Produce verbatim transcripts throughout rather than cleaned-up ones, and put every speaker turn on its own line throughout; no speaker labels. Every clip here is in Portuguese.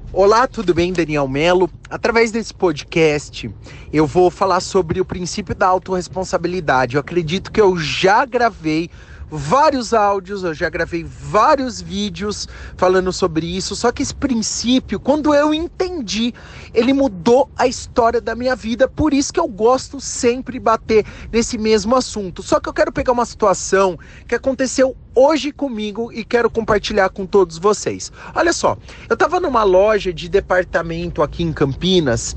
Olá, tudo bem? Daniel Melo. Através desse podcast, eu vou falar sobre o princípio da autorresponsabilidade. Eu acredito que eu já gravei vários áudios, eu já gravei vários vídeos falando sobre isso, só que esse princípio, quando eu entendi, ele mudou a história da minha vida, por isso que eu gosto sempre de bater nesse mesmo assunto. Só que eu quero pegar uma situação que aconteceu hoje comigo e quero compartilhar com todos vocês. Olha só, eu tava numa loja de departamento aqui em Campinas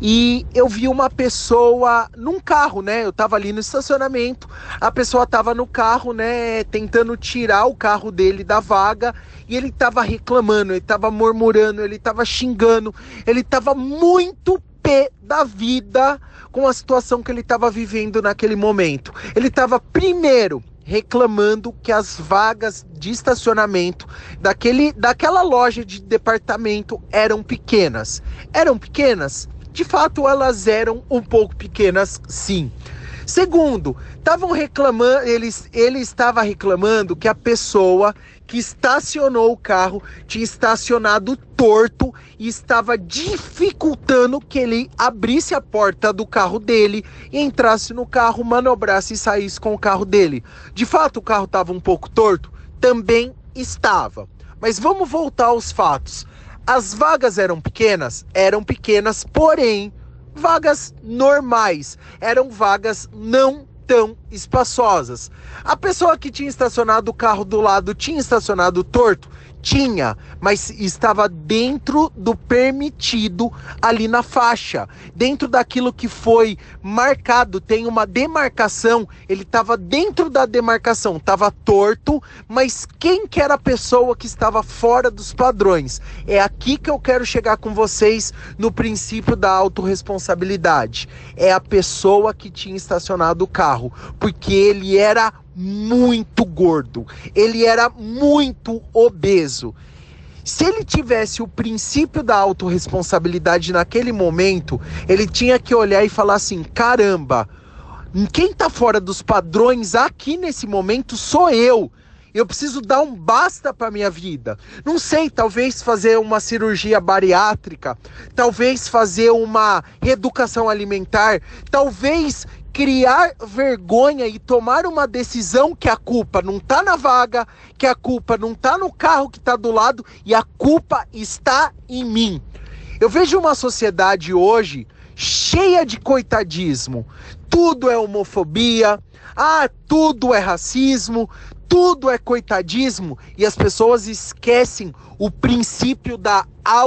e eu vi uma pessoa num carro, né? Eu tava ali no estacionamento, a pessoa tava no carro, né, tentando tirar o carro dele da vaga e ele tava reclamando, ele tava murmurando, ele tava xingando, ele tava muito pé da vida com a situação que ele tava vivendo naquele momento. Ele tava primeiro reclamando que as vagas de estacionamento daquele, daquela loja de departamento eram pequenas. Eram pequenas? De fato, elas eram um pouco pequenas, sim. Segundo, estavam reclamando, eles, ele estava reclamando que a pessoa que estacionou o carro tinha estacionado torto e estava dificultando que ele abrisse a porta do carro dele e entrasse no carro, manobrasse e saísse com o carro dele. De fato, o carro estava um pouco torto? Também estava. Mas vamos voltar aos fatos. As vagas eram pequenas? Eram pequenas, porém, vagas normais. Eram vagas não tão espaçosas. A pessoa que tinha estacionado o carro do lado tinha estacionado torto? Tinha, mas estava dentro do permitido ali na faixa, dentro daquilo que foi marcado, tem uma demarcação, ele estava dentro da demarcação, estava torto, mas quem que era a pessoa que estava fora dos padrões? É aqui que eu quero chegar com vocês no princípio da autorresponsabilidade. É a pessoa que tinha estacionado o carro, porque ele era muito gordo, ele era muito obeso. Se ele tivesse o princípio da autorresponsabilidade naquele momento, ele tinha que olhar e falar assim: caramba, quem tá fora dos padrões aqui nesse momento sou eu. Eu preciso dar um basta para minha vida. Não sei, talvez fazer uma cirurgia bariátrica, talvez fazer uma reeducação alimentar, talvez criar vergonha e tomar uma decisão que a culpa não tá na vaga, que a culpa não tá no carro que tá do lado e a culpa está em mim. Eu vejo uma sociedade hoje cheia de coitadismo. Tudo é homofobia, ah, tudo é racismo, tudo é coitadismo e as pessoas esquecem o princípio da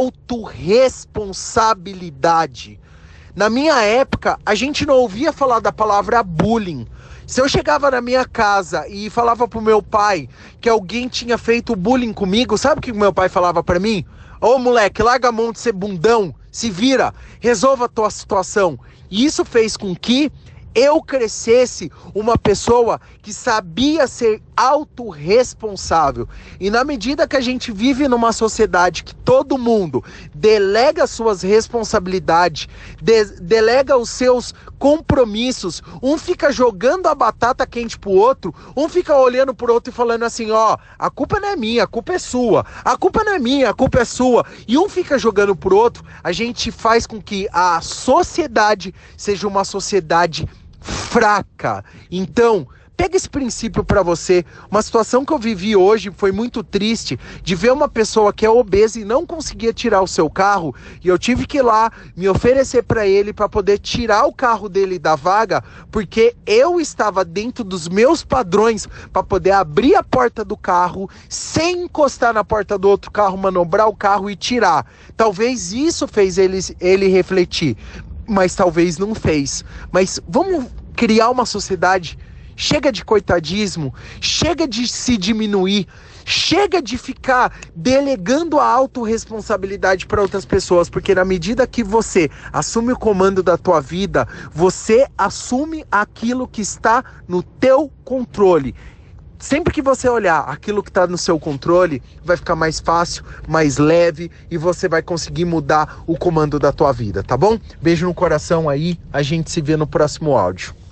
autorresponsabilidade. Na minha época, a gente não ouvia falar da palavra bullying. Se eu chegava na minha casa e falava pro meu pai que alguém tinha feito bullying comigo, sabe o que o meu pai falava pra mim? Ô moleque, larga a mão de ser bundão, se vira, resolva a tua situação. E isso fez com que eu crescesse uma pessoa que sabia ser autorresponsável. E na medida que a gente vive numa sociedade que todo mundo delega suas responsabilidades, de, delega os seus compromissos, um fica jogando a batata quente pro outro, um fica olhando pro outro e falando assim, ó, a culpa não é minha, a culpa é sua, a culpa não é minha, a culpa é sua, e um fica jogando pro outro, a gente faz com que a sociedade seja uma sociedade fraca. Então, pega esse princípio para você. Uma situação que eu vivi hoje foi muito triste, de ver uma pessoa que é obesa e não conseguia tirar o seu carro, e eu tive que ir lá me oferecer para ele para poder tirar o carro dele da vaga, porque eu estava dentro dos meus padrões para poder abrir a porta do carro sem encostar na porta do outro carro, manobrar o carro e tirar. Talvez isso fez ele, ele refletir, mas talvez não fez. Mas vamos criar uma sociedade. Chega de coitadismo, chega de se diminuir, chega de ficar delegando a autorresponsabilidade para outras pessoas, porque na medida que você assume o comando da tua vida, você assume aquilo que está no teu controle. Sempre que você olhar aquilo que está no seu controle, vai ficar mais fácil, mais leve e você vai conseguir mudar o comando da tua vida, tá bom? Beijo no coração aí, a gente se vê no próximo áudio.